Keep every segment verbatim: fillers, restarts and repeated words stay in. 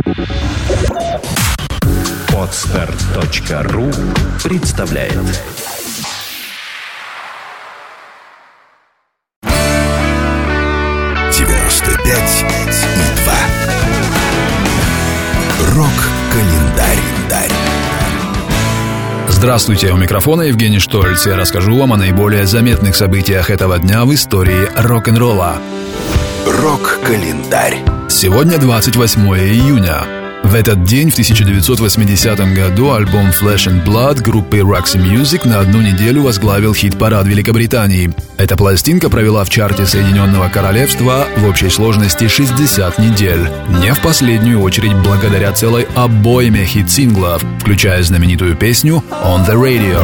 Подстер точка ру представляет. девяносто пять и два. Рок-календарь. Здравствуйте, у микрофона Евгений Штольц. Я расскажу вам о наиболее заметных событиях этого дня в истории рок-н-ролла. Рок-календарь. Сегодня двадцать восьмое июня. В этот день, в тысяча девятьсот восьмидесятом году, альбом Flesh and Blood группы Roxy Music на одну неделю возглавил хит-парад Великобритании. Эта пластинка провела в чарте Соединенного Королевства в общей сложности шестьдесят недель. Не в последнюю очередь благодаря целой обойме хит-синглов, включая знаменитую песню «On the Radio».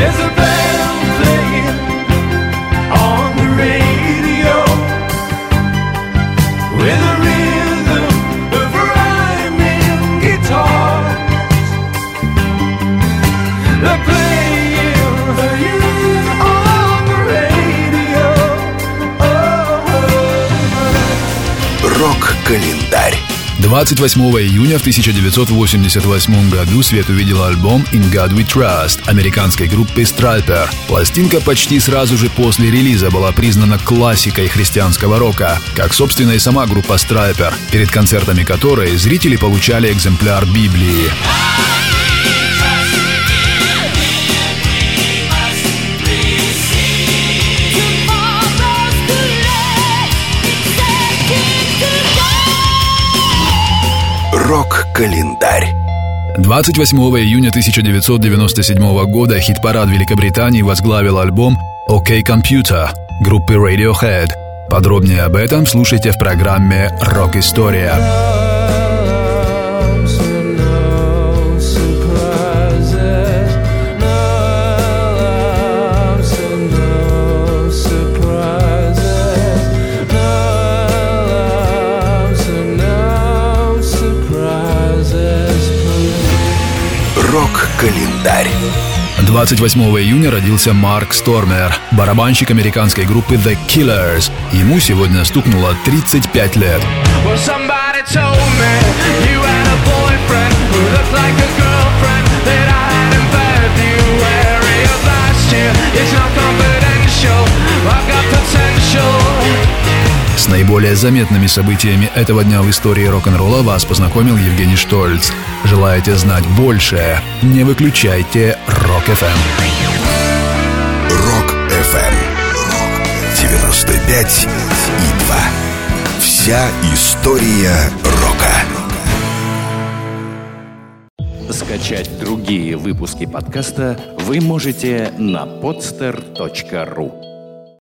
Рок-календарь. двадцать восьмого июня в тысяча девятьсот восемьдесят восьмом году свет увидел альбом «In God We Trust» американской группы Stryper. Пластинка почти сразу же после релиза была признана классикой христианского рока, как, собственно, и сама группа Stryper, перед концертами которой зрители получали экземпляр Библии. Рок-календарь. двадцать восьмого июня тысяча девятьсот девяносто седьмого года хит-парад Великобритании возглавил альбом «OK Computer» группы Radiohead. Подробнее об этом слушайте в программе «Рок-история». Рок-календарь. двадцать восьмого июня родился Марк Стормер, барабанщик американской группы The Killers. Ему сегодня стукнуло тридцать пять лет. С наиболее заметными событиями этого дня в истории рок-н-ролла вас познакомил Евгений Штольц. Желаете знать большее? Не выключайте Рок-эф эм. Рок-эф эм. девяносто пять и два. Вся история рока. Скачать другие выпуски подкаста вы можете на подстер точка ру.